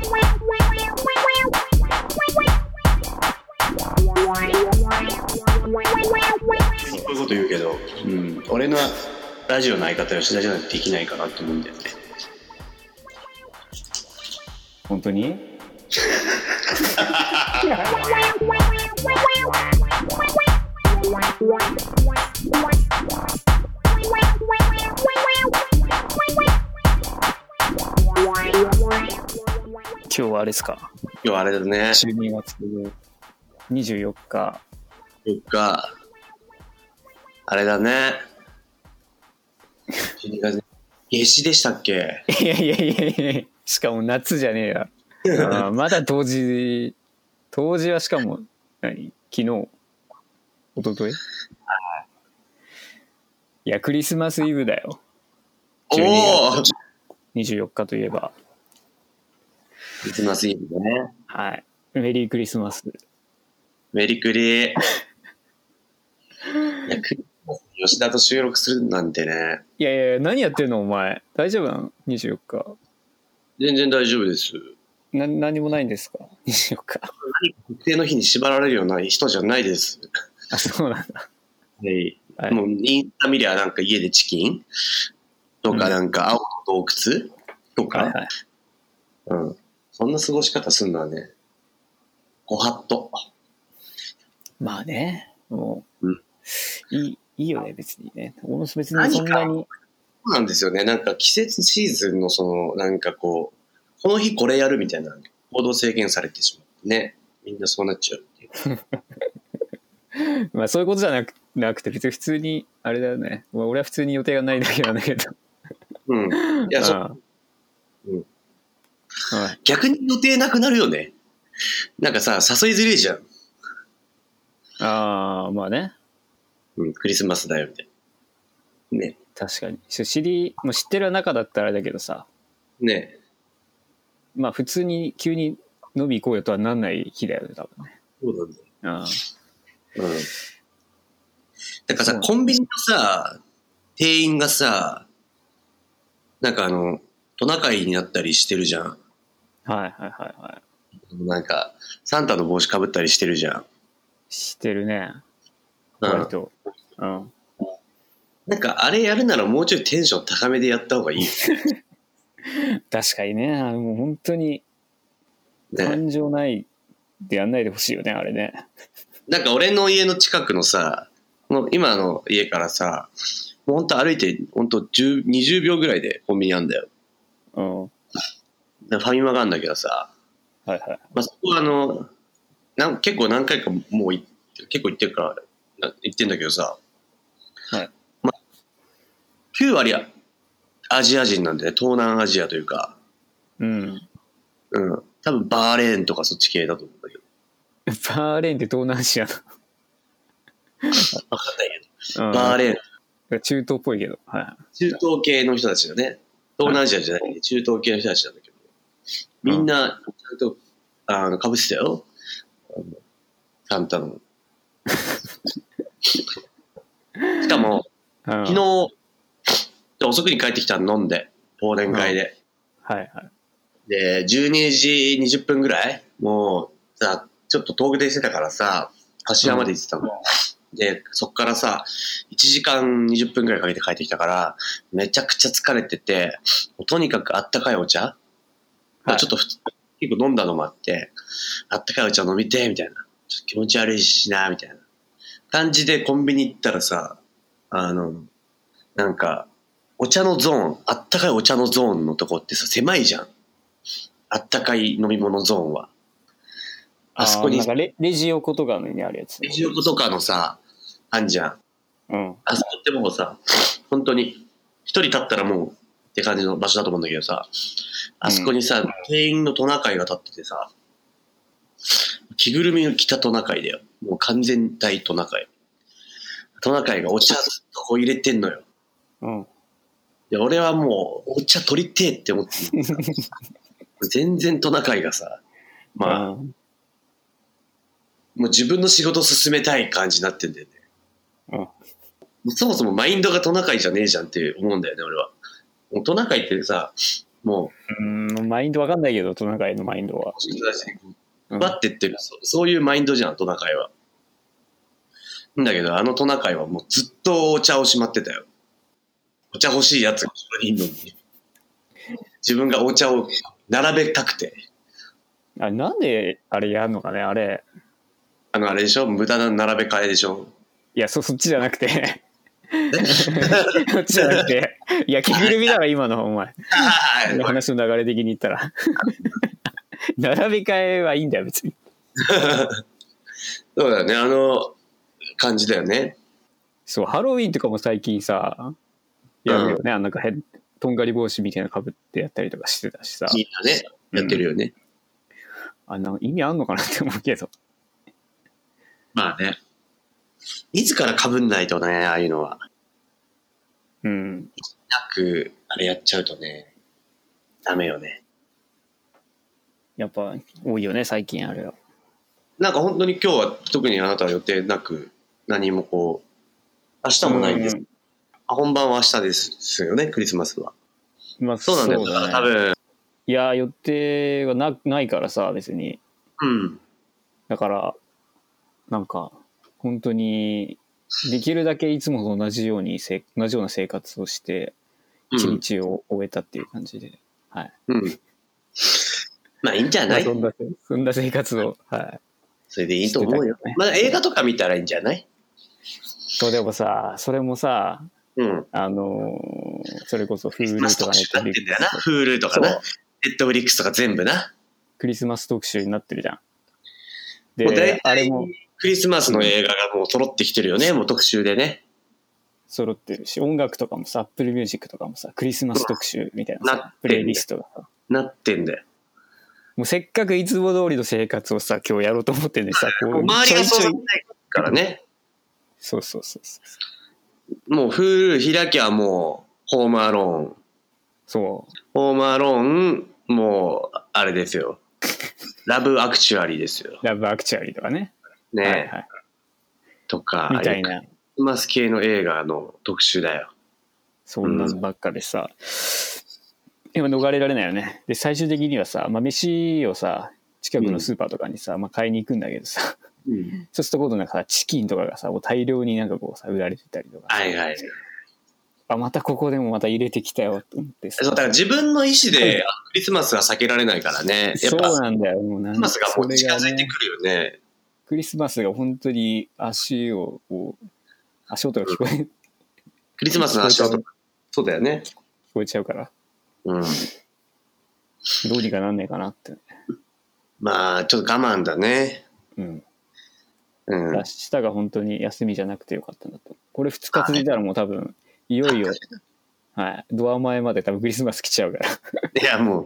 こういうこと言うけど、俺のラジオの相方吉田じゃないとできないかなと思うんだよね。 本当に今日はあれですか。 今日はあれだね。 12月24日。 4日。あれだね。12月。夏至でしたっけ？ いやいやいやいや、しかも夏じゃねえや。まだ冬至はしかも昨日一昨日いやクリスマスイブだよ。12月24日といえばクリスマスイブね。 はい。メリークリスマス。 メリクリ。いやクリスマス吉田と収録するなんてね。 いやいや何やってんのお前。大丈夫なの24日。 全然大丈夫です。 何もないんですか24日。 特定の日に縛られるような人じゃないです。 あ、そうなんだ。 はい。 はい、 もうインスタ見りゃなんか家でチキンとかなんか青の洞窟とか、 はいはい、 うん。そんな過ごし方すんのはね、ご法度。 まあね、もう、 いいよね別にね。俺も別にそんなに。 そうなんですよね。なんか季節シーズンのそのなんかこの日これやるみたいな行動制限されてしまってね、みんなそうなっちゃうっていう。 まあそういうことじゃなくて別に普通にあれだよね。まあ、俺は普通に予定がないだけなんだけど。 うん。いやそう。うん。 はい、 逆に予定なくなるよね。なんかさ誘いづれえじゃん。 ああまあね。 うん、クリスマスだよみたいな。ね。 確かに。もう知ってる中だったらあれだけどさ。 ね。 まあ普通に急に飲み行こうよとはなんない日だよね多分ね。 そうなんだよ。 ああ。 うん。だからさコンビニのさ店員がさなんかトナカイになったりしてるじゃん。 はいはいはいはい。 なんかサンタの帽子かぶったりしてるじゃん。 してるね。 うん、 割と。うん。 なんかあれやるならもうちょいテンション高めでやった方がいい。 確かにね。もう本当に感情ないでやんないでほしいよね、あれね。 なんか俺の家の近くのさ、今の家からさ、もうほんと歩いてほんと20秒ぐらいでコンビニあんだよ。 うん。 ファミマがあるんだけどさ、 はいはい。 まあ、そこは結構何回かもう結構行ってるから行ってんだけどさ、 はい。 まあ、9割アジア人なんでね、東南アジアというか、 うん。 うん。多分バーレーンとかそっち系だと思うんだけど。 バーレーンって東南アジアの。 わかんないけど。 うん、 バーレーン。 中東っぽいけど。はい。 中東系の人たちがね、東南アジアじゃないんで、中東系の人たちなんだけど、みんな、ちゃんと、かぶってたよ。サンタの。しかも、昨日、遅くに帰ってきたの飲んで、忘年会で。 はいはい。 で、12時20分ぐらいもう、さ、ちょっと遠出してたからさ、柏まで行ってたの。で、そっからさ、1時間20分ぐらいかけて帰ってきたから、めちゃくちゃ疲れてて、とにかくあったかいお茶、はい、ちょっと結構飲んだのもあって、あったかいお茶飲みて、みたいな。ちょっと気持ち悪いしな、みたいな感じでコンビニ行ったらさ、なんか、お茶のゾーン、あったかいお茶のゾーンのとこってさ、狭いじゃん。あったかい飲み物ゾーンは。あそこに。 なんかレジ横とかのにあるやつ。 レジ横とかのさ、あんじゃん。 うん。 あそこってもうさ、本当に、一人立ったらもうって感じの場所だと思うんだけどさ、あそこにさ、店員のトナカイが立っててさ、着ぐるみを着たトナカイだよ。もう完全体トナカイ。トナカイがお茶こう入れてんのよ。 うん。 で、俺はもう、お茶取りてえって思ってる全然トナカイがさ、まあ、もう自分の仕事進めたい感じになってんだよね。そもそもマインドがトナカイじゃねえじゃんって思うんだよね、俺は。もうトナカイってさ、 もマインドわかんないけど、トナカイのマインドは。 奪ってってる、そういうマインドじゃん、トナカイは。だけど、あのトナカイはもうずっとお茶をしまってたよ。お茶欲しいやつが後ろにいるのに。自分がお茶を並べたくて。 あれなんであれやるのかね、あれ。 あれでしょ、無駄な並べ替えでしょ。 いや、そっちじゃなくて。そっちじゃなくて。いや、着ぐるみだろ、今の、お前。話の流れ的に言ったら。並び替えはいいんだよ、別に。 そうだよね、感じだよね。 そう、ハロウィンとかも最近さ、やるよね。なんかとんがり帽子みたいなの被ってやったりとかしてたしさ。 いいよね。やってるよね。 なんか意味あんのかなって思うけど。 まあね。自ら被んないとね、ああいうのは。 うん。 なく、あれやっちゃうとね、ダメよね。 やっぱ多いよね、最近あれは。なんか本当に今日は特にあなたは予定なく、何もこう、明日もないんです。本番は明日ですよね、クリスマスは。 まあ、 そうなんだよ、ね、多分。 いや、予定はないからさ、別に。 うん。 だから、なんか、本当に、できるだけいつもと同じような生活をして、一日を終えたっていう感じで。はい。 うん。まあいいんじゃない？ そんな生活を、はい。 それでいいと思うよ。まあ映画とか見たらいいんじゃない？ そう、でもさ、それもさ、 うん。 それこそ Hulu とか Hulu とかな。Netflix とか全部な。 クリスマス特集になってるじゃん。 で、あれもクリスマスの映画がもう揃ってきてるよね、もう特集でね。 揃ってるし、音楽とかもさ、Apple Music とかもさ、クリスマス特集みたいなさ、プレイリストがさ。 なってんだよ。 もうせっかくいつも通りの生活をさ、今日やろうと思ってんでさ、 こう周りがそうないからね。 そうそうそうそう。 もう Hulu 開きゃもう、ホームアローン。 そう。 ホームアローン、もう、あれですよ。ラブアクチュアリーですよ。 ラブアクチュアリーとかね。 ね、 はいはい、 とか、 みたいな。 クリスマス系の映画の特集だよ。 そんなのばっかでさ、今逃れられないよね。で、最終的にはさ、まあ、飯をさ、近くのスーパーとかにさ、まあ、買いに行くんだけどさ、そうすると今度なんかさ、チキンとかがさ、もう大量になんかこうさ、売られてたりとか。 はいはい。 またここでもまた入れてきたよと思ってさ。 そう、だから自分の意思でクリスマスは避けられないからね。 やっぱそうなんだよ。 もうクリスマスがもう近づいてくるよね。 クリスマスが本当に足音が聞こえ、 クリスマスの足音、そうだよね。 聞こえちゃうから。 うん。 どうにかなんねえかなって。 まあ、ちょっと我慢だね。 うん。明日が本当に休みじゃなくてよかったんだと。これ2日続いたらもう多分、いよいよ、はい、ドア前まで多分クリスマス来ちゃうから。 いや、も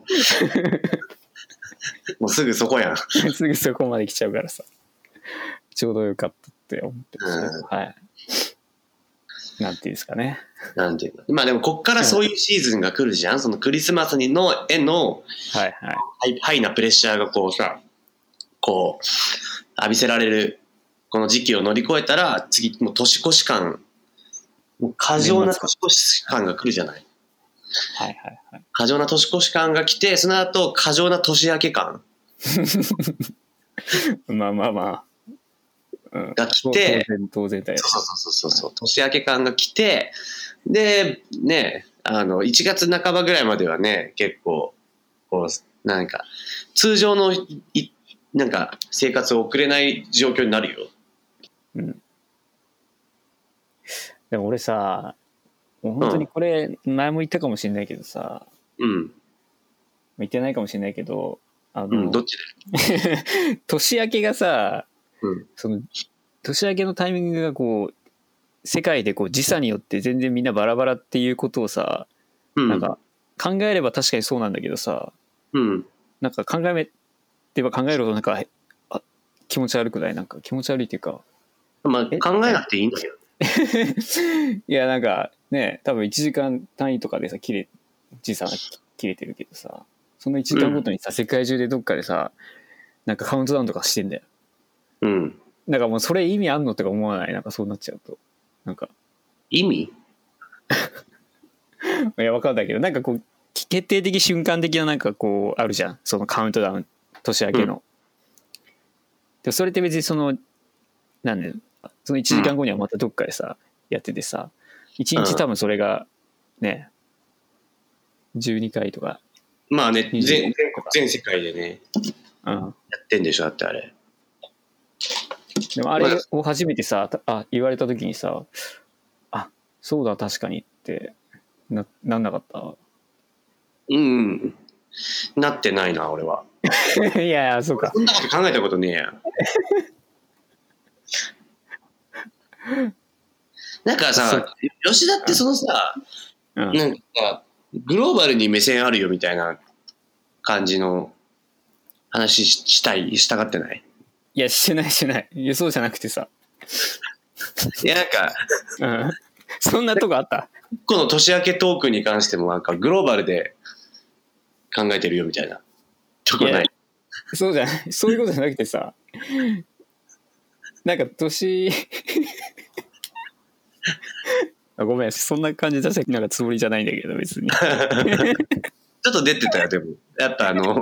うすぐそこやん。 すぐそこまで来ちゃうからさ。ちょうどよかったって思ってますね。はい。なんていうんですかね。 なんていうの。まあでもこっからそういうシーズンが来るじゃん。そのクリスマスへの、 はいはい。 ハイなプレッシャーがこうさ、こう、浴びせられる、この時期を乗り越えたら、次、もう年越し感、もう過剰な年越し感が来るじゃない。 はいはいはい。 過剰な年越し感が来て、その後、過剰な年明け感。 まあまあまあ。うん、 が来て、 当然だよ。 そう、年明け感が来て、で、ね、1月半ばぐらいまではね、結構、こう、なんか、通常のなんか、生活を送れない状況になるよ。 うん。でも俺さ、もう本当にこれ、前も言ったかもしれないけどさ、 うん。 言ってないかもしれないけど、 どっちで年明けがさ、その年明けのタイミングがこう世界でこう時差によって全然みんなバラバラっていうことをさ、なんか考えれば確かにそうなんだけどさ、なんか考えれば考えるほどなんか気持ち悪くない？なんか気持ち悪いっていうか、 まあ考えなくていいんだけどいやなんかね、多分1時間単位とかでさ時差が切れてるけどさ、その1時間ごとにさ、世界中でどっかでさ、なんかカウントダウンとかしてんだよ。なんかもうそれ意味あんのとか思わない？なんかそうなっちゃうと。なんか。 意味いや、わかんないけど、なんかこう、 決定的瞬間的ななんかこうあるじゃん、そのカウントダウン年明けの、でそれって別にそのなんでその1時間後にはまたどっかでさやっててさ、1日多分それがね12回とか、 まあね、全世界でね、やってんでしょ、だってあれ。 でもあれを初めてさ、言われた時にさ、あ、そうだ確かにってなんなかった？ なってないな、俺は。 いや、そうか。 そんなこと考えたことねえや。なんかさ、吉田ってそのさ、なんかグローバルに目線あるよみたいな感じの話したがってない？ いや、してない。いや、そうじゃなくてさ。 いや、なんか、 そんなとこあった？ この年明けトークに関してもなんかグローバルで考えてるよみたいなとこない？ そうじゃない、そういうことじゃなくてさ、なんかごめん、そんな感じ出せなんかつもりじゃないんだけど別に。ちょっと出てたよ、でも。やっぱもう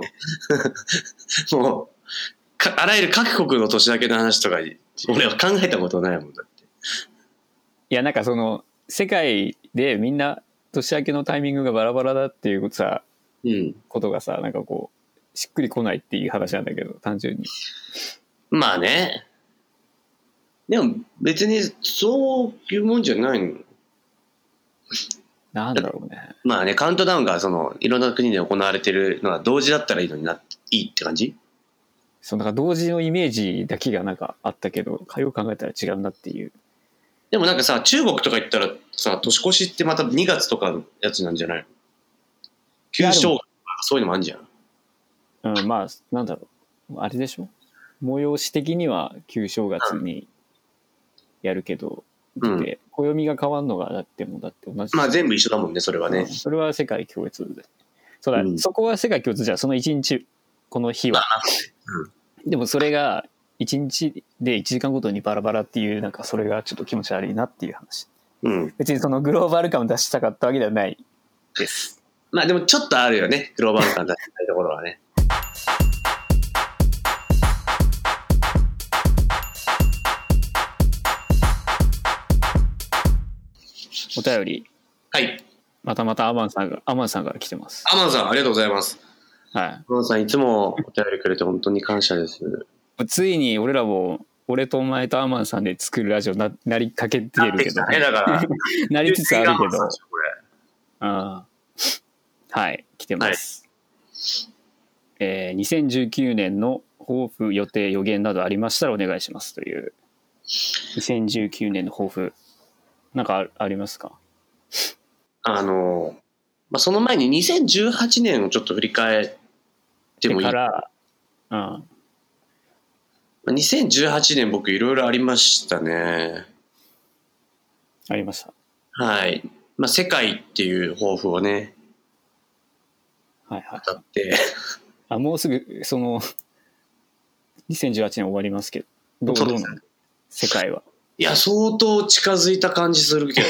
あらゆる各国の年明けの話とか俺は考えたことないもんだって。 いや、なんかその世界でみんな年明けのタイミングがバラバラだっていうさ、ことがさ、なんかこうしっくりこないっていう話なんだけど、単純に。 まあね。でも別にそういうもんじゃないの。 なんだろうね。 まあね、カウントダウンがそのいろんな国で行われてるのは同時だったらいいのにいいって感じ？ そう、なんか同時のイメージだけがなんかあったけど、よく考えたら違うんだっていう。 でもなんかさ、中国とか行ったらさ、年越しってまた2月とかのやつなんじゃないの？旧正月とかそういうのもあるじゃん。 まあなんだろう、あれでしょ、催し的には旧正月にやるけど、で暦が変わるのがだって同じ。 まあ全部一緒だもんね、それはね。 それは世界共通で。そうだ、そこは世界共通じゃん、その1日この日は。でもそれが1日で1時間ごとにバラバラっていう、なんかそれがちょっと気持ち悪いなっていう話。別にそのグローバル感を出したかったわけではないです。 まあでもちょっとあるよね、グローバル感出したいところはね。 お便り。 はい。 またアマンさんから来てます。 アマンさん、ありがとうございます。 はい。 アマンさん、いつもお便りくれて本当に感謝です。 ついに俺らも、俺とお前とアマンさんで作るラジオなりかけてるけど、 ね、だからなりつつあるけど、はい、来てます。はい、2019年の抱負、予定、予言などありましたらお願いしますという。2019年の抱負、なんかありますか？ まあ、その前に2018年をちょっと振り返ってもいい？2018年僕いろいろありましたね。 ありました。 はい。まあ、世界っていう抱負をね、 はいはい。 当たって。 もうすぐその2018年終わりますけど、どうなの？世界は。 いや、相当近づいた感じするけど。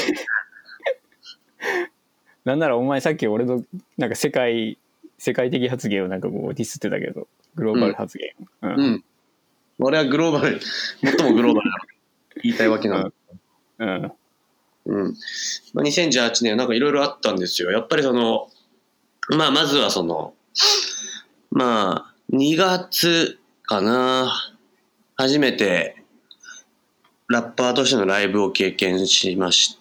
なんならお前さっき俺のなんか世界的発言をなんかこうディスってたけど、グローバル発言。 俺はグローバル、最もグローバルな言いたいわけなの。まあ、2018年なんかいろいろあったんですよ。やっぱりその、まあまずはその、まあ2月かな、初めてラッパーとしてのライブを経験しまして、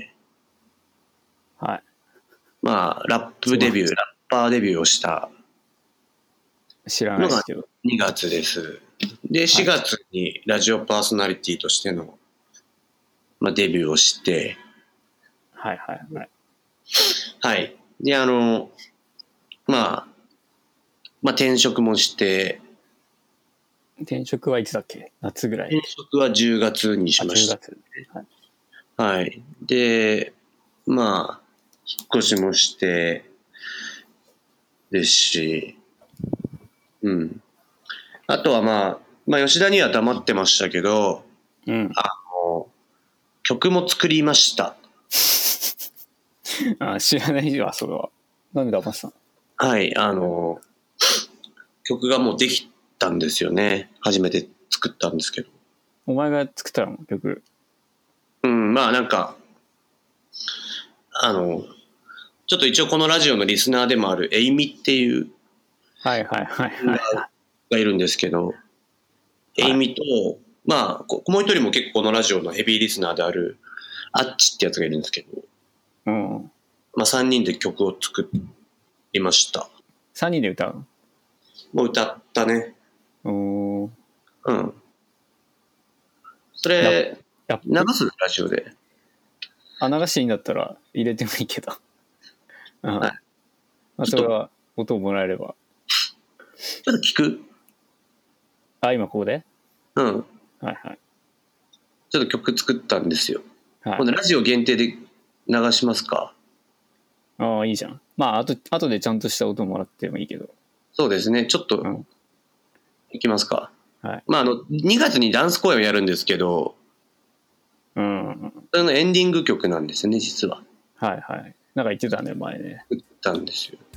はい。 まあラッパーデビューをした知らないですけど、 2月です。で4月にラジオパーソナリティとしての、まあ、デビューをして、 はいはいはい。 はい。でまあ転職もして。 転職はいつだっけ？夏ぐらい。 転職は10月にしました。10月。はい。で、まあ、引っ越しもしてですし、あとはまあ吉田には黙ってましたけど、曲も作りました。 知らないわ、それは。 なんで騙したの？ はい、曲がもうできたんですよね。初めて作ったんですけど。 お前が作ったの曲？ うん、まあなんか、ちょっと一応このラジオのリスナーでもあるエイミっていうはいはいはいはいがいるんですけど、エイミと、まあ、もう一人も結構このラジオのヘビーリスナーであるアッチってやつがいるんですけど、 うん。 まあ3人で曲を作りました。 3人で歌うの？ もう歌ったね。 おー。 うん。それ、流すラジオで。 あ、流していいんだったら入れてもいいけど。うん。 はい。 まあ、それは音をもらえれば。 ちょっと聞く？ あ、今ここで？ うん。 はいはい。 ちょっと曲作ったんですよ。 はい、 今度ラジオ限定で流しますか？ ああ、いいじゃん。まあ、あとでちゃんとした音もらってもいいけど。 そうですね。ちょっと、いきますか。はい。まあ、2月にダンス公演をやるんですけど、 うん。 それのエンディング曲なんですね、実は。 はいはい。なんか言ってたね、前ね。 作ったんですよ。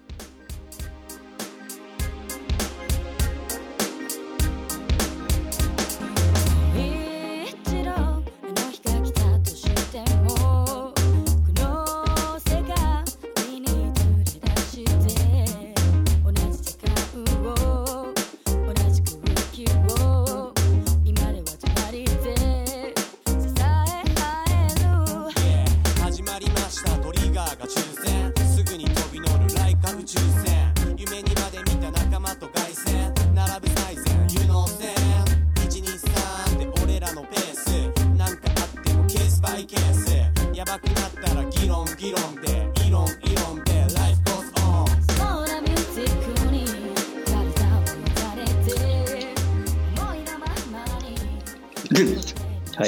はい。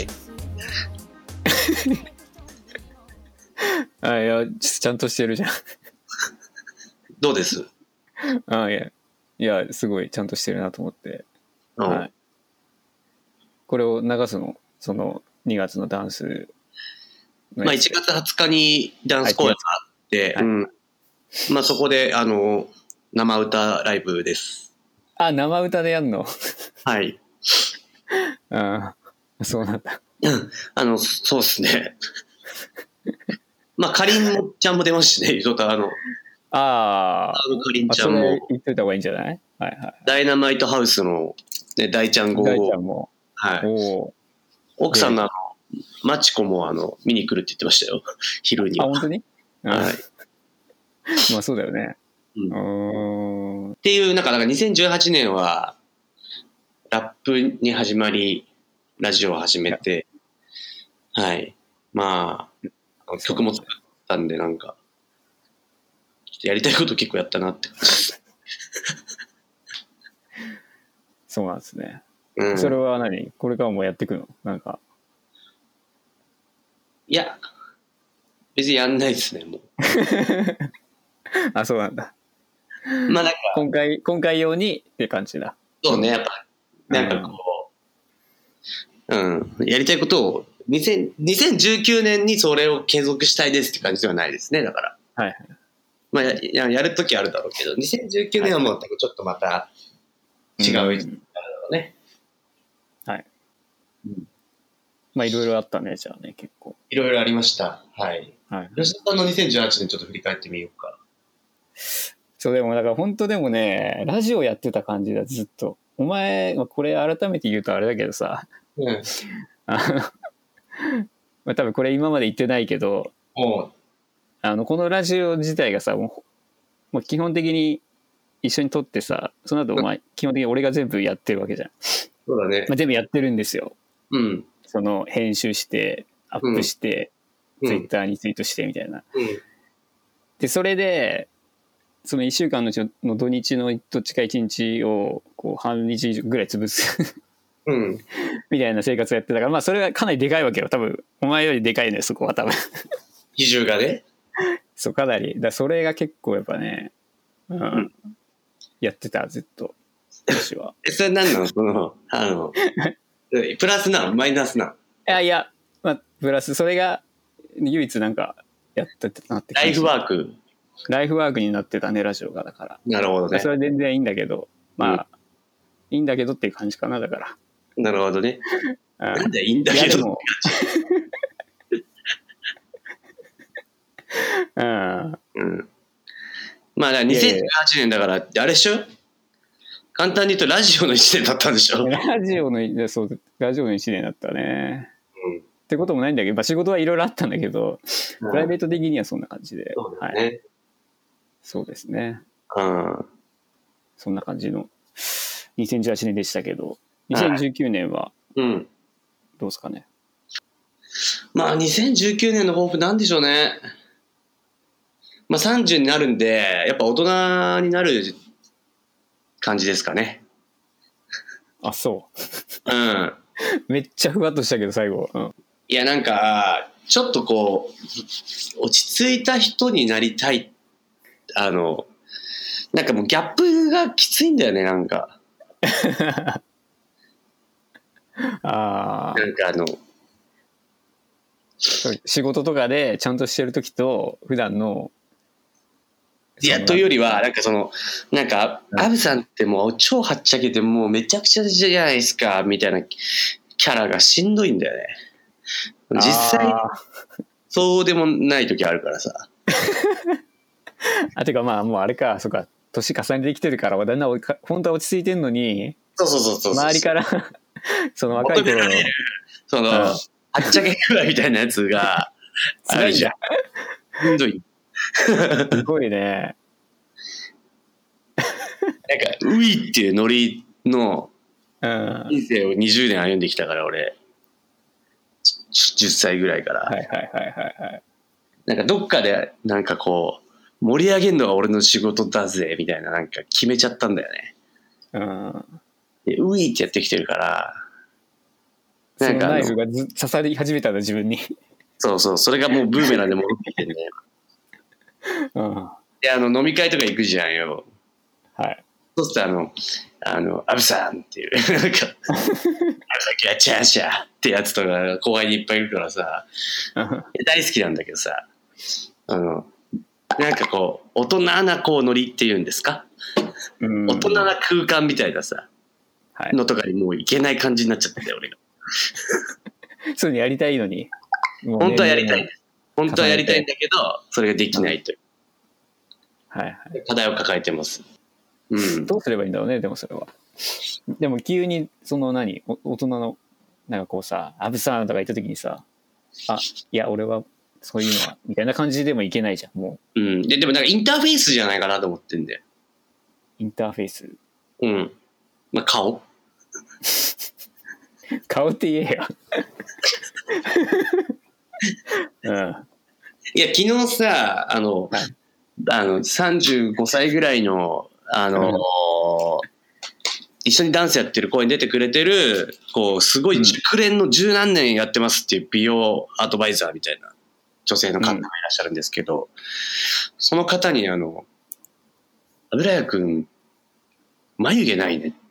あ、いや、ちゃんとしてるじゃん。 どうです？ あ、いや、すごいちゃんとしてるなと思って。はい。これを流すの、その2月のダンスの。まあ1月20日にダンス公演があって、はい、うん。まあそこで、生歌ライブです。 あ、生歌でやんの？ はい。 ああ、そうなんだ。 そうですね。まあ、かりんちゃんも出ますしね、ゆとたわの。 ああ。かりんちゃんも。 それ言っといた方がいいんじゃない？はいはい。 ダイナマイトハウスの、ね、大ちゃん号。 大ちゃんも。 はい。奥さんのマチコも見に来るって言ってましたよ。昼には。 あ、本当に？ はい。 まあそうだよね。 っていう、なんか2018年は、ラップに始まり、ラジオを始めて、はい。まあ、曲も作ったんで、なんか、ちょっとやりたいこと結構やったなって感じです。 そうなんですね。うん、それは何？これからもやっていくの？なんか。 いや、別にやんないですね、もう。 あ、そうなんだ。 まあなんか。 今回用にって感じだ。 そうね、やっぱ、なんかこう、やりたいことを、2019年にそれを継続したいですって感じではないですね、だから。 はい。 まあやるときあるだろうけど、2019年はもうちょっとまた違う、だろうね。 はい。まあいろいろあったね、じゃあね、結構。 いろいろありました。はい。はい。吉田さんの2018年ちょっと振り返ってみようか。 そう、でもだから本当でもね、ラジオやってた感じだ、ずっと。お前、これ改めて言うとあれだけどさ、まあ多分これ今まで言ってないけど、このラジオ自体がさ、もう基本的に一緒に撮ってさ、その後、基本的に俺が全部やってるわけじゃん。 そうだね。 全部やってるんですよ。 うん。 その編集して、アップして、ツイッターにツイートしてみたいな。で、それで、その1週間の土日のどっちか1日をこう半日ぐらい潰すみたいな生活をやってたから、まあそれがかなりでかいわけよ。多分お前よりでかいのよ、そこは多分。 比重がね。 そう、かなり。それが結構やっぱね、やってた、ずっと。私は。 それ何なの？そのプラスなの？マイナスなの？ いや、まあプラスそれが唯一なんかやってたなってライフワーク。 ライフワークになってたね、ラジオが。だから。 なるほどね。 それは全然いいんだけど、まあ、いいんだけどっていう感じかな、だから。 なるほどね。なんだいいんだいやけど。 でもまあ、2018年だから、あれでしょ？簡単に言うとラジオの1年だったんでしょ？ ラジオの1年だったね。ってこともないんだけど、仕事はいろいろあったんだけど、プライベート的にはそんな感じで。 そうだね。はい、 そうですね。そんな感じの2018年でしたけど、2019年はどうですかね。 まあ、2019年の抱負なんでしょうね。まあ、30になるんで、やっぱ大人になる感じですかね。 あ、そう。めっちゃふわっとしたけど、最後。 いや、なんか、ちょっとこう、落ち着いた人になりたい。なんかもうギャップがきついんだよね、なんか。なんか仕事とかでちゃんとしてる時と、普段の、 いや、というよりは、なんか、アブさんってもう超はっちゃけて、もうめちゃくちゃじゃないですか、みたいなキャラがしんどいんだよね。実際、そうでもない時あるからさ。 てかまあ、もうあれか、そうか、年重ねてきてるから、だんだん本当は落ち着いてんのに、 そう周りから、その若い頃の、 はっちゃけぐらいみたいなやつが、あるじゃん。しんどい。 すごいね。 なんか、ウィっていうノリの人生を20年歩んできたから、俺。10歳ぐらいから。なんか、どっかで、なんかこう、盛り上げるのが俺の仕事だぜ、みたいな、なんか決めちゃったんだよね。でウィってやってきてるから、 なんかナイフが刺さり始めたんだ、自分に。 そう、それがもうブーメランで戻ってきてんだよ。で、飲み会とか行くじゃんよ。そうするとアブさんっていう、なんか、アブさんキャチャーシャーってやつとか後輩にいっぱいいるからさ、大好きなんだけどさ、なんかこう、大人なこうノリっていうんですか？大人な空間みたいなさ、のとかにもういけない感じになっちゃって俺が。 そういうのやりたいのに。 本当はやりたい。本当はやりたいんだけど、それができないという。課題を抱えてます。 どうすればいいんだろうね、でもそれは。でも急に、大人の、なんかこうさ、アブさんとか言った時にさ、いや、俺はそういうのは、みたいな感じでもいけないじゃん、もう。でもなんかインターフェースじゃないかなと思ってんだよ。 インターフェース？ まあ、顔顔って言えよ。 いや、昨日さ、35歳ぐらいの、一緒にダンスやってる子に出てくれてる、こう、すごい熟練の十何年やってますっていう美容アドバイザーみたいな女性の方がいらっしゃるんですけど、その方に油谷くん、眉毛ないね。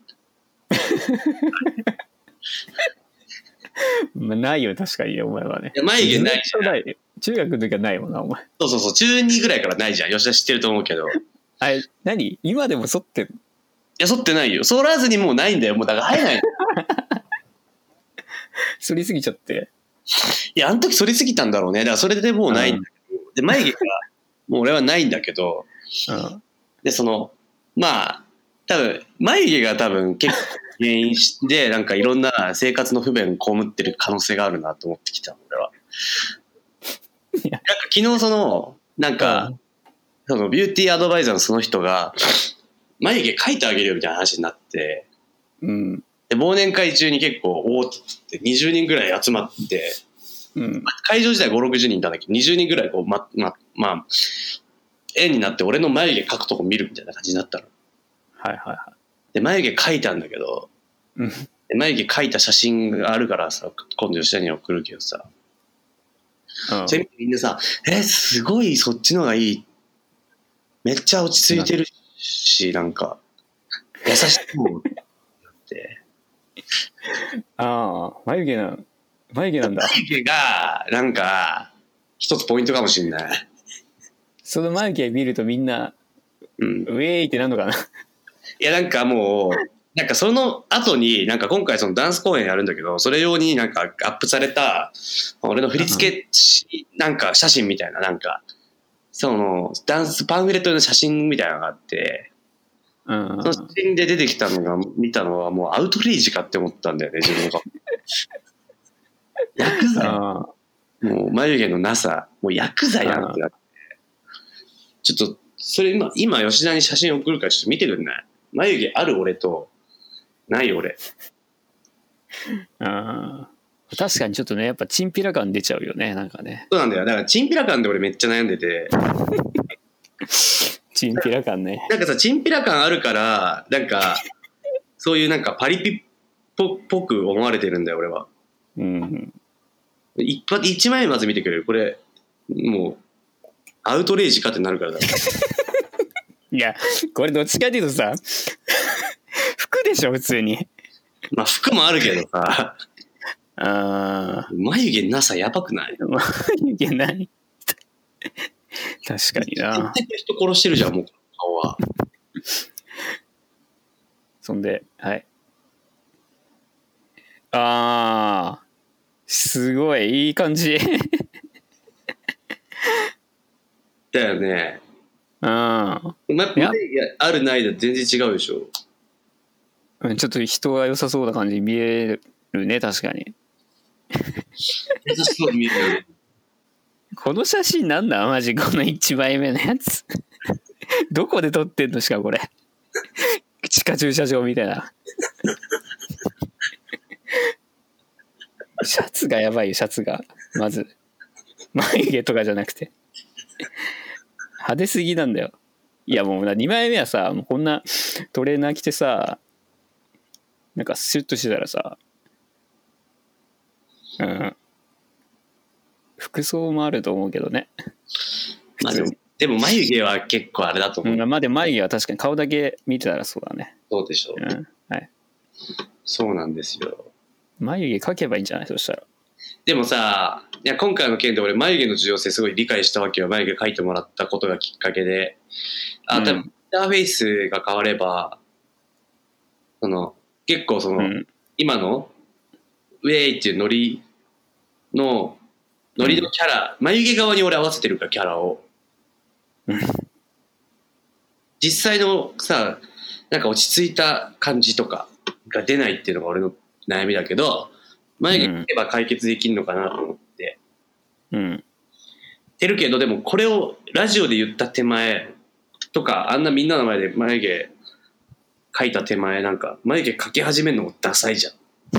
ないよ、確かに、お前はね。 眉毛ないじゃん。 中学の時はないもんな、お前。 そう、中2ぐらいからないじゃん。吉田知ってると思うけど。 何？今でも剃ってる？ いや、剃ってないよ。剃らずにもうないんだよ。もうだから生えない。 剃りすぎちゃって。 いや、あの時剃りすぎたんだろうね。だからそれでもうないんだけど。で、眉毛が、もう俺はないんだけど。で、まあ、多分、眉毛が多分結構原因で、なんかいろんな生活の不便被ってる可能性があるなと思ってきた、俺は。なんか昨日なんか、ビューティーアドバイザーのその人が、眉毛描いてあげるよみたいな話になって、で忘年会中に結構、おーって20人ぐらい集まって、会場自体5、60人いたんだけど、20人ぐらいこう、円になって俺の眉毛描くとこ見るみたいな感じになったの。で、眉毛描いたんだけど、眉毛描いた写真があるからさ、今度吉田に送るけどさ、それみんなさ、すごいそっちのがいい。めっちゃ落ち着いてるし、なんか、優しそうって。 眉毛なんだ。眉毛が、 なんか、一つポイントかもしれない。 その眉毛見るとみんな、ウェーイってなるのかな。いやなんかもうなんかその後になんか今回そのダンス公演やるんだけど、それ用になんかアップされた俺の振り付けなんか写真みたいな、なんかそのダンスパンフレットの写真みたいなのがあって、その写真で出てきたのが見たのはもうアウトレイジかって思ったんだよね、自分が。薬剤、もう眉毛のなさ、もう薬剤やんってなって、ちょっとそれ今吉田に写真送るからちょっと見てくんない？眉毛ある俺とない俺。 確かにちょっとね、やっぱチンピラ感出ちゃうよね、なんかね。 そうなんだよ。だからチンピラ感で俺めっちゃ悩んでて。 チンピラ感ね。 なんかさ、チンピラ感あるから、なんかそういうなんかパリピっぽく思われてるんだよ俺は。一枚まず見てくれる？これもうアウトレイジかってなるからだ。 いやこれどっちかっていうとさ服でしょ普通に。 まあ服もあるけどさ。眉毛なさやばくない？ 眉毛ない確かにな。 絶対人殺してるじゃんもう顔は。 そんですごいいい感じだよね。眉毛あるないで全然違うでしょ。 ちょっと人が良さそうな感じに見えるね、確かに。 優しそうに見えるよね。 この写真なんだマジ、この1枚目のやつどこで撮ってんのしかこれ地下駐車場みたいなシャツがやばいよ、シャツがまず眉毛とかじゃなくて派手すぎなんだよ。いやもう2枚目はさ、もうこんなトレーナー着てさ、なんかシュッとしてたらさ、服装もあると思うけどね。 まあでも眉毛は結構あれだと思う。 まあでも眉毛は確かに顔だけ見てたらそうだね。 そうでしょう。 はい。 そうなんですよ。 眉毛描けばいいんじゃない？そしたら。でもさ、いや今回の件で俺眉毛の重要性すごい理解したわけよ。眉毛描いてもらったことがきっかけで、多分インターフェースが変われば、結構今のウェイっていうノリのキャラ、眉毛側に俺合わせてるからキャラを。実際のさ、なんか落ち着いた感じとかが出ないっていうのが俺の悩みだけど、眉毛描けば解決できるのかなと思って。てるけど、でもこれをラジオで言った手前とか、あんなみんなの前で眉毛描いた手前、なんか眉毛描き始めるのもダサいじゃん。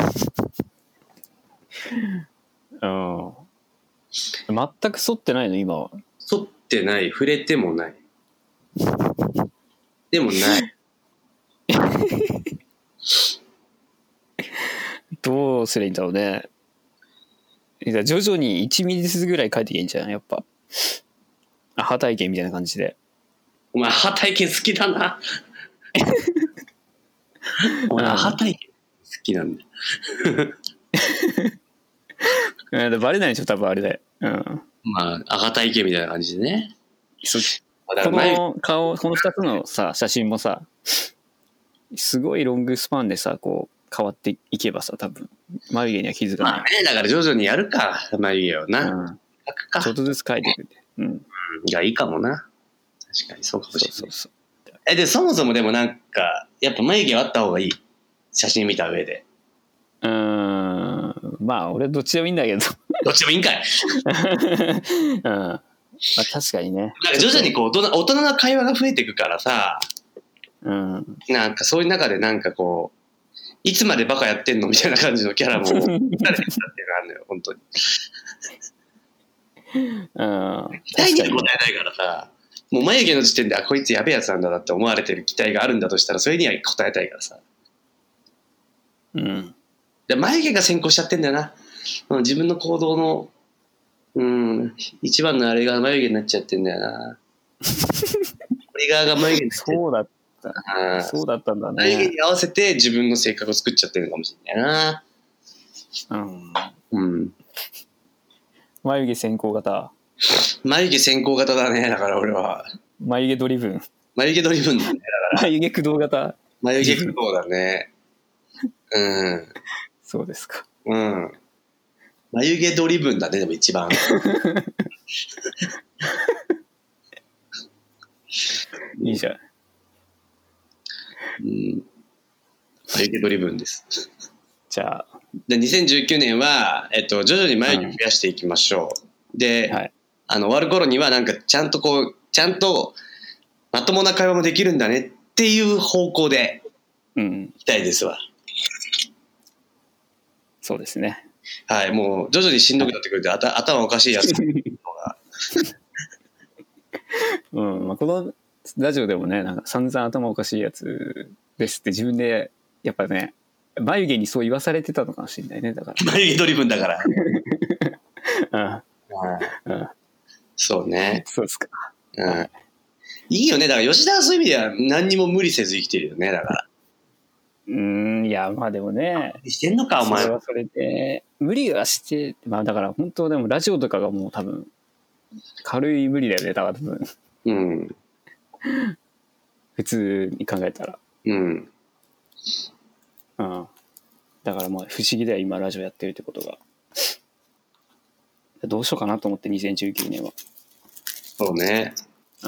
全く剃ってないの今は？ 剃ってない、触れてもない。でもないどうすればいいんだろうね。徐々に1ミリずつぐらい描いていけんじゃん、やっぱ。アハ体験みたいな感じで。 お前アハ体験好きだなお前アハ体験好きなんだバレないでしょ多分あれで。 まあアハ体験みたいな感じでね。 この顔、この2つのさ写真もさ、すごいロングスパンでさこう変わっていけばさ、多分眉毛には気づかない。 まあね、だから徐々にやるか眉毛をな、 描くか、ちょっとずつ描いていくんで。 がいいかもな。確かにそうかもしれない。そうでそもそもでもなんかやっぱ眉毛はあった方がいい、写真見た上で。 まあ俺どっちでもいいんだけどどっちでもいいんかいまあ確かにね。 なんか徐々にこう大人な会話が増えていくからさ、なんかそういう中でなんかこういつまでバカやってんのみたいな感じのキャラも誰できたっていうのがあるのよ本当に。期待には応えないからさ、もう眉毛の時点でこいつやべえやつなんだなって思われてる期待があるんだとしたらそれには応えたいからさ。で眉毛が先行しちゃってんだよな。自分の行動の一番のあれが眉毛になっちゃってんだよな。これ側が眉毛になっちゃって。 そうだったんだね。 眉毛に合わせて自分の性格を作っちゃってるのかもしれないな。 眉毛先行型。 眉毛先行型だね、だから俺は。 眉毛ドリブン。 眉毛ドリブンだね、だから。 眉毛駆動型。 眉毛駆動だね。うん。 そうですか。 うん。眉毛ドリブンだね、でも一番。 いいじゃん。 うん。眉毛ドリブンです。 じゃあ。 で、2019年は、徐々に眉毛増やしていきましょう。で、 はい、 終わる頃にはなんかちゃんとまともな会話もできるんだねっていう方向でいきたいですわ。 そうですね。 はい、もう徐々にしんどくなってくるんで、頭おかしいやつうん、まあ、このラジオでもね、なんか散々頭おかしいやつですって自分でやっぱね、眉毛にそう言わされてたのかもしれないね。だから眉毛ドリブンだから。 うん、 そうね。 そうですか。 うん。いいよね。だから吉田はそういう意味では何にも無理せず生きてるよね。だから。 いやまあでもね。 してんのかお前。 それはそれで無理はしてまあだから本当でもラジオとかがもう多分軽い無理だよね。だから多分。 うん。 普通に考えたら。 うん。 うん。だからまあ不思議だよ今ラジオやってるってことが。どうしようかなと思って2019年は。 そうね。 うん。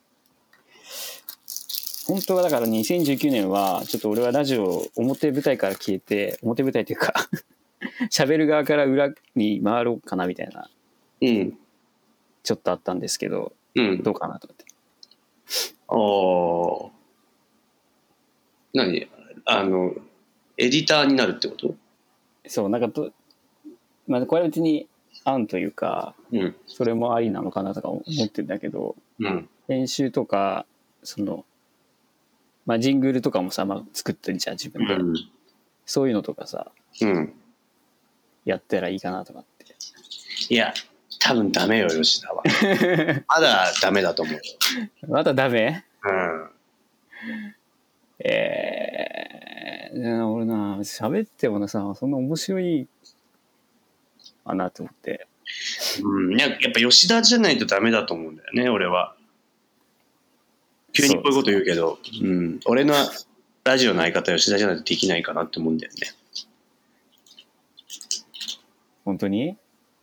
本当はだから2019年はちょっと俺はラジオ表舞台から消えて表舞台っていうか喋る側から裏に回ろうかなみたいな、 うん、 ちょっとあったんですけど、 うん、 どうかなと思って。 何エディターになるってこと？ そうなんかまあこれは別に案というか、 うん、 それもありなのかなとか思ってるんだけど、 うん、 編集とかまあ、ジングルとかもさ、まあ、作ってるじゃん自分で、そういうのとかさ、やったらいいかなとかって。 いや多分ダメよ吉田は。まだダメだと思うよ。 まだダメ？俺な喋ってもさそんな面白いかなと思って。 やっぱ吉田じゃないとダメだと思うんだよね俺は。急にこういうこと言うけど、俺のラジオの相方吉田じゃないとできないかなって思うんだよね。 本当に？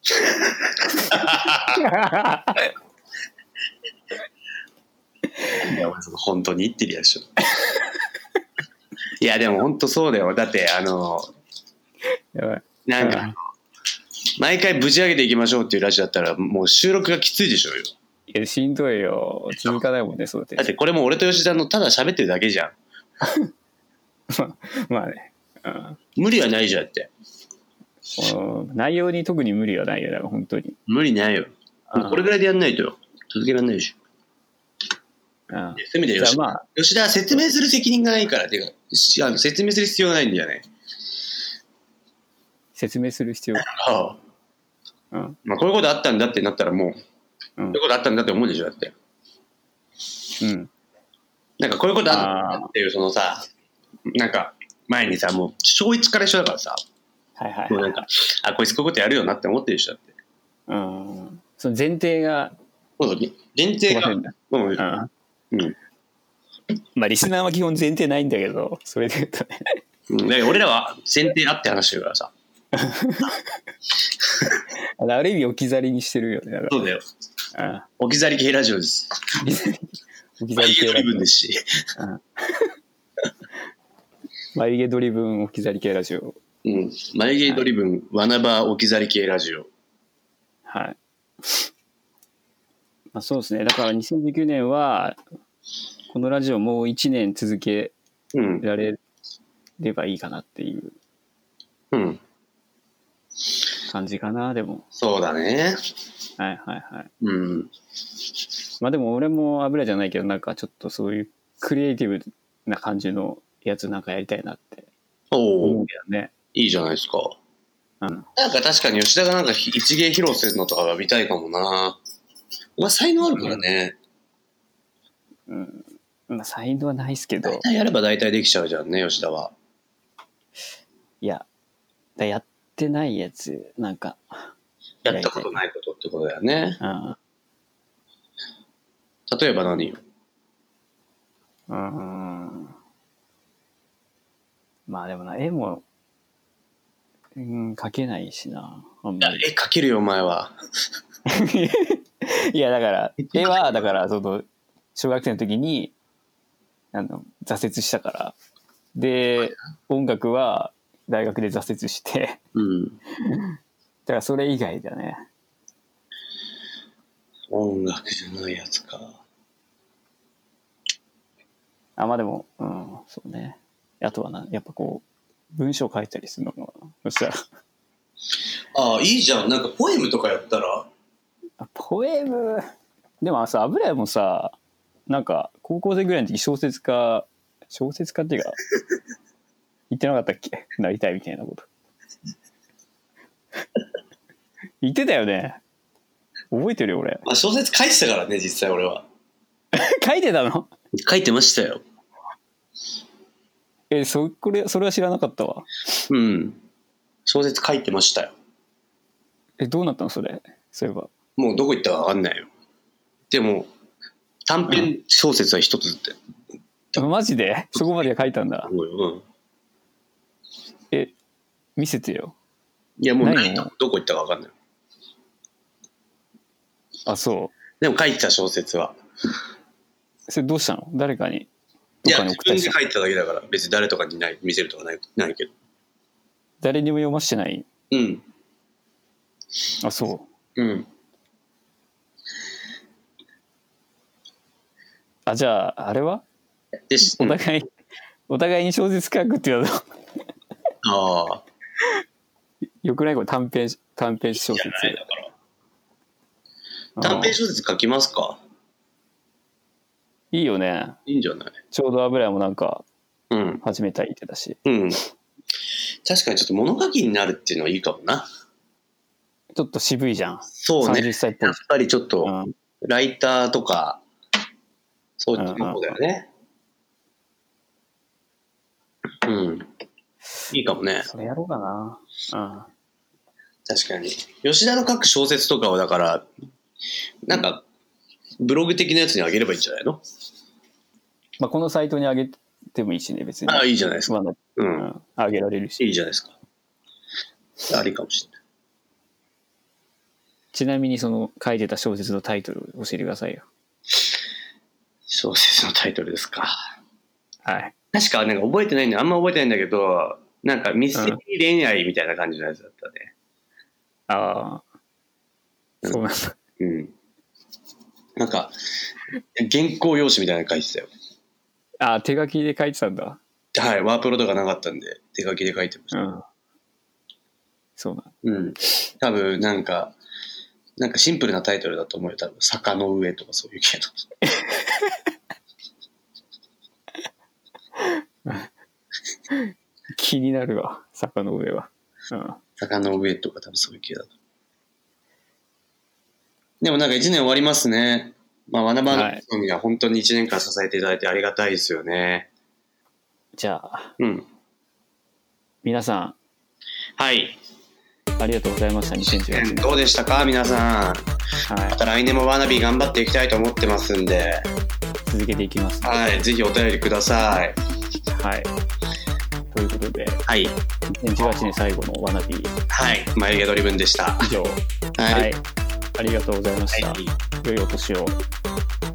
いや本当に言ってるやつ。いやでも本当そうだよ。だってやばいなんか毎回ぶち上げていきましょうっていうラジオだったらもう収録がきついでしょうよ。 いやしんどいよ続かないもんね。そうだってこれも俺と吉田のただ喋ってるだけじゃん。 まあね、 無理はないじゃんって。 内容に特に無理はないよ。だから本当に無理ないよ。これぐらいでやんないと続けられないでしょ。そういう意味で吉田は説明する責任がないからっていうか説明する必要がないんだよね。 説明する必要まあこういうことあったんだってなったらもう、こういうことあったんだって思うでしょだって。なんかこういうことあったっていうそのさなんか前にさもう小1から一緒だからさ、もうなんかこいつこういうことやるよなって思ってる人だって。 その前提が前提がまあリスナーは基本前提ないんだけどそれで言うとね、俺らは前提あって話してるからさある意味置き去りにしてるよね。 そうだよ。置き去り系ラジオです。 置き去り系ラジオですし眉毛ドリブン置き去り系ラジオ。 眉毛ドリブンわなば置き去り系ラジオ。 はい。まあそうですね。だから2019年はこのラジオもう1年続けられればいいかなっていう感じかな。でもそうだね。 まあでも俺も油じゃないけどなんかちょっとそういうクリエイティブな感じのやつなんかやりたいなって思うけどね。 いいじゃないですか。なんか確かに吉田がなんか一芸披露するのとかが見たいかもな。お前才能あるからね。 まあ才能はないっすけど。 大体やれば大体できちゃうじゃんね吉田は。 いややってないやつなんかやったことないことってことだよね。 うん。 例えば何よ。 まあでもな、絵も、描けないしな。あんまり。 絵描けるよ、お前は。 いや、だから、絵は、だから、小学生の時に、挫折したから。で、音楽は大学で挫折して。 うん。 だからそれ以外だね。 音楽じゃないやつか。 まあでも、そうね。あとはな、やっぱこう、文章書いたりするのかな。そしたら。 いいじゃん。なんかポエムとかやったら？ ポエム。でもさ、油絵もさ、なんか、高校生ぐらいの時小説家っていうか、言ってなかったっけ？なりたいみたいなこと。言ってたよね。覚えてるよ、俺。 小説書いてたからね、実際俺は。 書いてたの？ 書いてましたよ。 それは知らなかったわ。 うん。小説書いてましたよ。 どうなったのそれ？そういえば。もうどこ行ったか分かんないよ。でも、短編小説は一つって。 マジで？そこまで書いたんだ。 うん。 見せてよ。 いや、もうないとどこ行ったか分かんない。 そう。 でも書いてた小説は。 それどうしたの？誰かに。 いや、自分で書いてただけだから、別に誰とかに見せるとかないけど。 誰にも読ましてない？ うん。 そう。 うん。 じゃあ、あれは？お互いに小説書くっていうの。よくない？これ短編小説。 短編小説書きますか？ いいよね。 いいんじゃない？ ちょうど油絵もなんか始めたいって言ってたし。 うん。確かにちょっと物書きになるっていうのはいいかもな。 ちょっと渋いじゃん。 そうね。 30歳っぽい。 やっぱりちょっとライターとかそういったものだよね。うん。いいかもね。 それやろうかな。 確かに。吉田の書く小説とかをだからなんかブログ的なやつにあげればいいんじゃないの？ このサイトにあげてもいいしね、別に。 いいじゃないですか。 あげられるし。 いいじゃないですか。ありかもしれない。 ちなみに書いてた小説のタイトルを教えてくださいよ。 小説のタイトルですか。 はい。 確かなんか覚えてないんだ。あんま覚えてないんだけど、なんかミステリー恋愛みたいな感じのやつだったね。 そうなんだ。 うん。なんか原稿用紙みたいなの書いてたよ。 手書きで書いてたんだ。 はい、ワープロとかなかったんで手書きで書いてました。 そうなんだ。 うん。多分なんかシンプルなタイトルだと思うよ。多分坂の上とかそういう系の。気になるわ、坂の上は。 坂の上とか多分そういう系だと。でもなんか1年終わりますね。ワナバの番組は本当に1年間支えていただいてありがたいですよね。 じゃあ、皆さん。 はい。 ありがとうございました。2018年。 どうでしたか皆さん。また来年もワナビー頑張っていきたいと思ってますんで。 続けていきます。 はい。ぜひお便りください。 はい。ということで、 はい。 2018年最後のワナビー。 はい。眉毛ドリブンでした。 以上。はい。ありがとうございました。良いお年を。